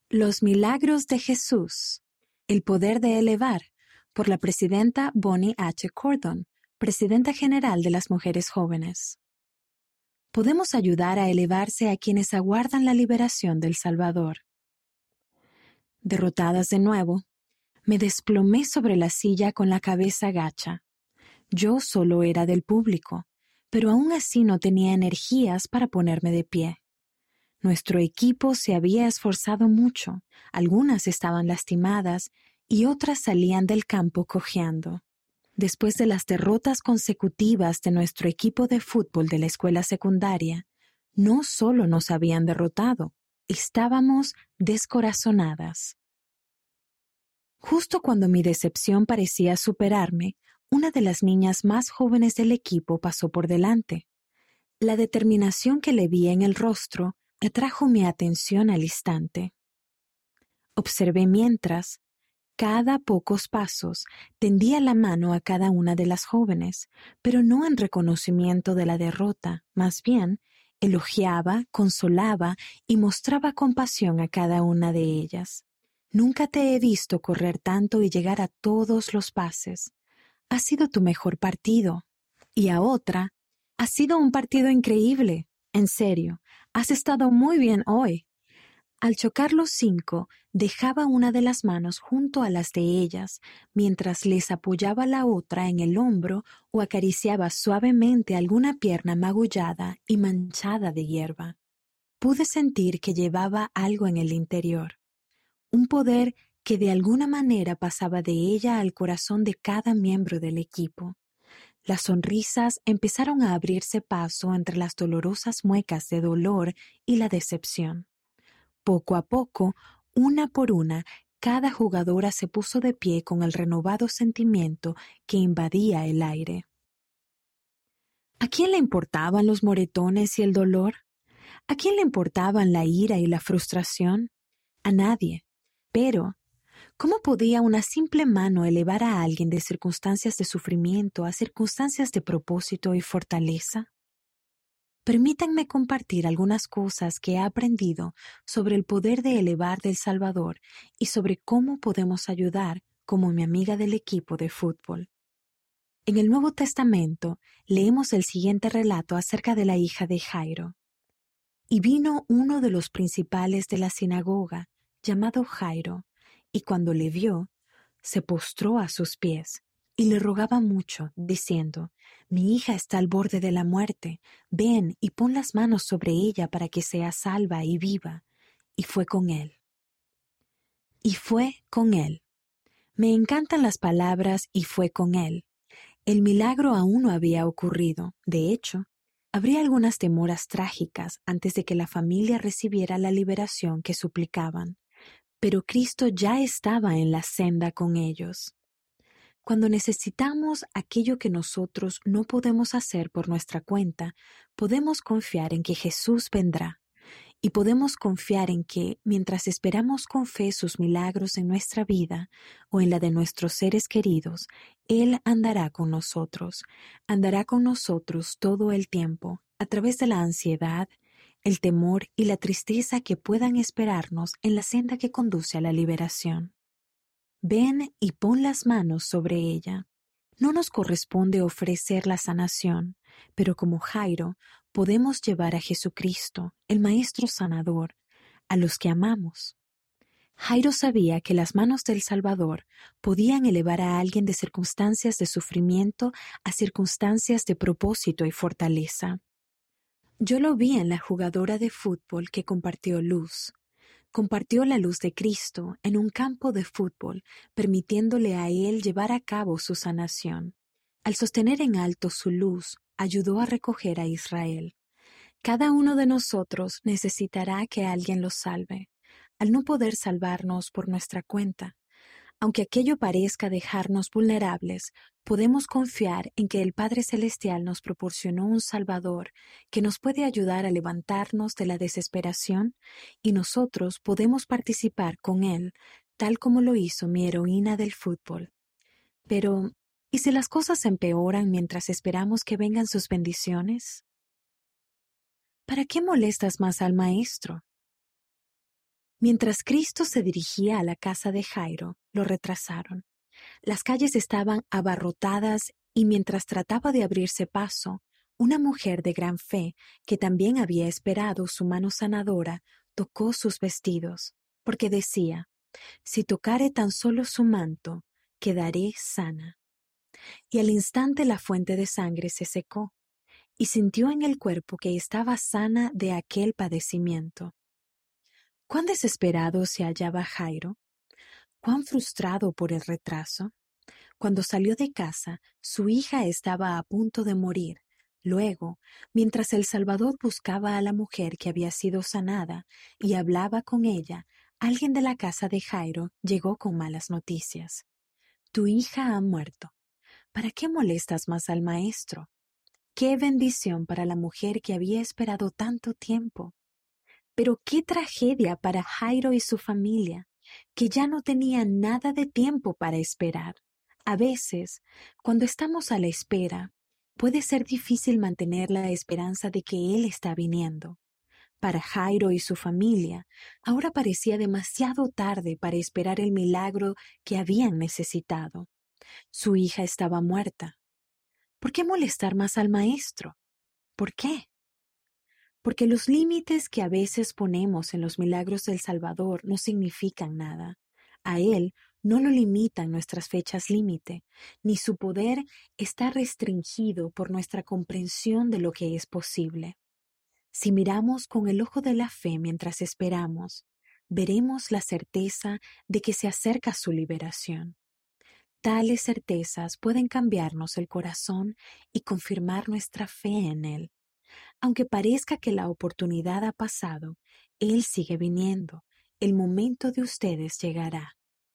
Los milagros de Jesús. El poder de elevar, por la presidenta Bonnie H. Cordon, presidenta general de las mujeres jóvenes. Podemos ayudar a elevarse a quienes aguardan la liberación del Salvador. Derrotadas de nuevo, me desplomé sobre la silla con la cabeza gacha. Yo solo era del público, pero aún así no tenía energías para ponerme de pie. Nuestro equipo se había esforzado mucho, algunas estaban lastimadas y otras salían del campo cojeando. Después de las derrotas consecutivas de nuestro equipo de fútbol de la escuela secundaria, no solo nos habían derrotado, estábamos descorazonadas. Justo cuando mi decepción parecía superarme, una de las niñas más jóvenes del equipo pasó por delante. La determinación que le vi en el rostro atrajo mi atención al instante. Observé mientras, cada pocos pasos, tendía la mano a cada una de las jóvenes, pero no en reconocimiento de la derrota, más bien, elogiaba, consolaba y mostraba compasión a cada una de ellas. Nunca te he visto correr tanto y llegar a todos los pases. Ha sido tu mejor partido. Y a otra, ha sido un partido increíble. En serio, has estado muy bien hoy. Al chocar los 5, dejaba una de las manos junto a las de ellas, mientras les apoyaba la otra en el hombro o acariciaba suavemente alguna pierna magullada y manchada de hierba. Pude sentir que llevaba algo en el interior, un poder que de alguna manera pasaba de ella al corazón de cada miembro del equipo. Las sonrisas empezaron a abrirse paso entre las dolorosas muecas de dolor y la decepción. Poco a poco, una por una, cada jugadora se puso de pie con el renovado sentimiento que invadía el aire. ¿A quién le importaban los moretones y el dolor? ¿A quién le importaban la ira y la frustración? A nadie. Pero, ¿cómo podía una simple mano elevar a alguien de circunstancias de sufrimiento a circunstancias de propósito y fortaleza? Permítanme compartir algunas cosas que he aprendido sobre el poder de elevar del Salvador y sobre cómo podemos ayudar como mi amiga del equipo de fútbol. En el Nuevo Testamento leemos el siguiente relato acerca de la hija de Jairo. Y vino uno de los principales de la sinagoga, llamado Jairo, y cuando le vio, se postró a sus pies y le rogaba mucho, diciendo: Mi hija está al borde de la muerte, ven y pon las manos sobre ella para que sea salva y viva. Y fue con él. Y fue con él. Me encantan las palabras "y fue con él". El milagro aún no había ocurrido. De hecho, habría algunas demoras trágicas antes de que la familia recibiera la liberación que suplicaban. Pero Cristo ya estaba en la senda con ellos. Cuando necesitamos aquello que nosotros no podemos hacer por nuestra cuenta, podemos confiar en que Jesús vendrá. Y podemos confiar en que, mientras esperamos con fe sus milagros en nuestra vida o en la de nuestros seres queridos, Él andará con nosotros todo el tiempo, a través de la ansiedad, el temor y la tristeza que puedan esperarnos en la senda que conduce a la liberación. Ven y pon las manos sobre ella. No nos corresponde ofrecer la sanación, pero como Jairo, podemos llevar a Jesucristo, el Maestro Sanador, a los que amamos. Jairo sabía que las manos del Salvador podían elevar a alguien de circunstancias de sufrimiento a circunstancias de propósito y fortaleza. Yo lo vi en la jugadora de fútbol que compartió luz. Compartió la luz de Cristo en un campo de fútbol, permitiéndole a él llevar a cabo su sanación. Al sostener en alto su luz, ayudó a recoger a Israel. Cada uno de nosotros necesitará que alguien lo salve, al no poder salvarnos por nuestra cuenta. Aunque aquello parezca dejarnos vulnerables, podemos confiar en que el Padre Celestial nos proporcionó un Salvador que nos puede ayudar a levantarnos de la desesperación y nosotros podemos participar con Él, tal como lo hizo mi heroína del fútbol. Pero, ¿y si las cosas empeoran mientras esperamos que vengan sus bendiciones? ¿Para qué molestas más al Maestro? Mientras Cristo se dirigía a la casa de Jairo, lo retrasaron. Las calles estaban abarrotadas y mientras trataba de abrirse paso, una mujer de gran fe, que también había esperado su mano sanadora, tocó sus vestidos, porque decía, si tocare tan solo su manto, quedaré sana. Y al instante la fuente de sangre se secó, y sintió en el cuerpo que estaba sana de aquel padecimiento. Cuán desesperado se hallaba Jairo, cuán frustrado por el retraso. Cuando salió de casa, su hija estaba a punto de morir. Luego, mientras el Salvador buscaba a la mujer que había sido sanada y hablaba con ella, alguien de la casa de Jairo llegó con malas noticias. Tu hija ha muerto. ¿Para qué molestas más al maestro? Qué bendición para la mujer que había esperado tanto tiempo. Pero qué tragedia para Jairo y su familia, que ya no tenían nada de tiempo para esperar. A veces, cuando estamos a la espera, puede ser difícil mantener la esperanza de que Él está viniendo. Para Jairo y su familia, ahora parecía demasiado tarde para esperar el milagro que habían necesitado. Su hija estaba muerta. ¿Por qué molestar más al maestro? ¿Por qué? Porque los límites que a veces ponemos en los milagros del Salvador no significan nada. A Él no lo limitan nuestras fechas límite, ni su poder está restringido por nuestra comprensión de lo que es posible. Si miramos con el ojo de la fe mientras esperamos, veremos la certeza de que se acerca su liberación. Tales certezas pueden cambiarnos el corazón y confirmar nuestra fe en Él. Aunque parezca que la oportunidad ha pasado, Él sigue viniendo. El momento de ustedes llegará.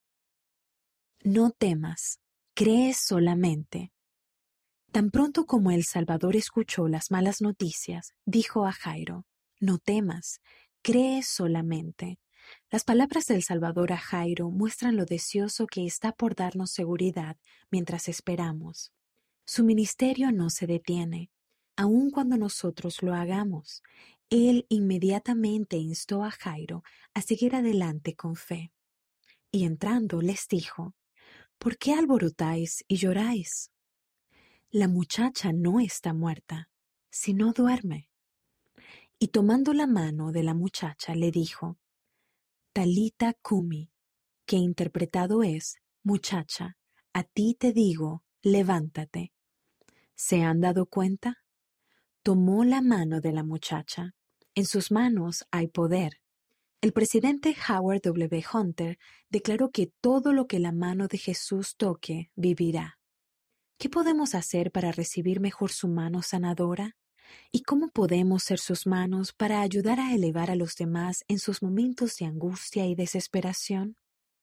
No temas, cree solamente. Tan pronto como el Salvador escuchó las malas noticias, dijo a Jairo, no temas, cree solamente. Las palabras del Salvador a Jairo muestran lo deseoso que está por darnos seguridad mientras esperamos. Su ministerio no se detiene, aun cuando nosotros lo hagamos. Él inmediatamente instó a Jairo a seguir adelante con fe. Y entrando les dijo, ¿por qué alborotáis y lloráis? La muchacha no está muerta, sino duerme. Y tomando la mano de la muchacha le dijo, Talita Kumi, que interpretado es, muchacha, a ti te digo, levántate. ¿Se han dado cuenta? Tomó la mano de la muchacha. En sus manos hay poder. El presidente Howard W. Hunter declaró que todo lo que la mano de Jesús toque vivirá. ¿Qué podemos hacer para recibir mejor su mano sanadora? ¿Y cómo podemos ser sus manos para ayudar a elevar a los demás en sus momentos de angustia y desesperación?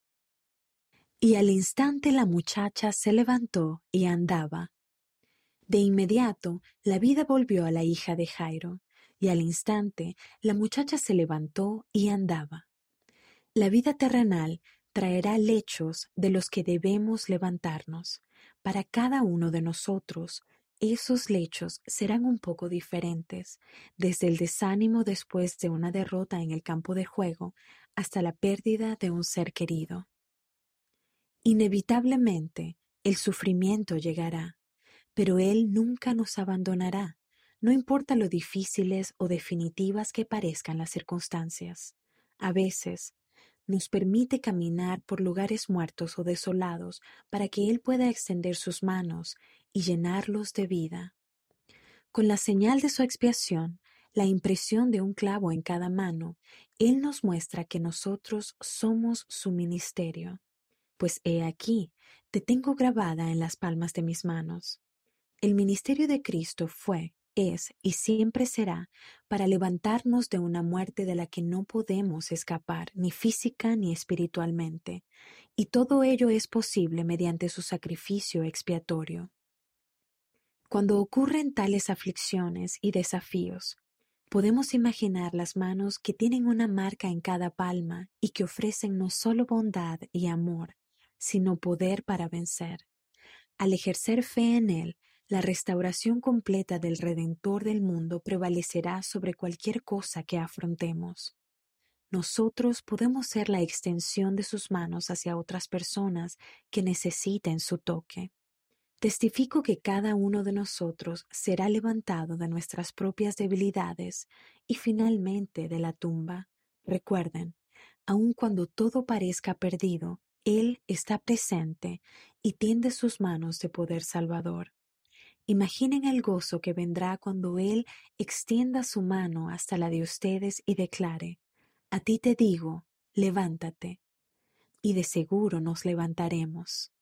Y al instante la muchacha se levantó y andaba. De inmediato, la vida volvió a la hija de Jairo, y al instante la muchacha se levantó y andaba. La vida terrenal traerá lechos de los que debemos levantarnos. Para cada uno de nosotros, esos lechos serán un poco diferentes, desde el desánimo después de una derrota en el campo de juego hasta la pérdida de un ser querido. Inevitablemente, el sufrimiento llegará, pero Él nunca nos abandonará, no importa lo difíciles o definitivas que parezcan las circunstancias. A veces, nos permite caminar por lugares muertos o desolados para que Él pueda extender sus manos y llenarlos de vida. Con la señal de su expiación, la impresión de un clavo en cada mano, Él nos muestra que nosotros somos su ministerio. Pues he aquí, te tengo grabada en las palmas de mis manos. El ministerio de Cristo fue, es y siempre será para levantarnos de una muerte de la que no podemos escapar, ni física ni espiritualmente, y todo ello es posible mediante su sacrificio expiatorio. Cuando ocurren tales aflicciones y desafíos, podemos imaginar las manos que tienen una marca en cada palma y que ofrecen no solo bondad y amor, sino poder para vencer. Al ejercer fe en Él, la restauración completa del Redentor del mundo prevalecerá sobre cualquier cosa que afrontemos. Nosotros podemos ser la extensión de sus manos hacia otras personas que necesiten su toque. Testifico que cada uno de nosotros será levantado de nuestras propias debilidades y finalmente de la tumba. Recuerden, aun cuando todo parezca perdido, Él está presente y tiende sus manos de poder salvador. Imaginen el gozo que vendrá cuando Él extienda su mano hasta la de ustedes y declare: a ti te digo, levántate. Y de seguro nos levantaremos.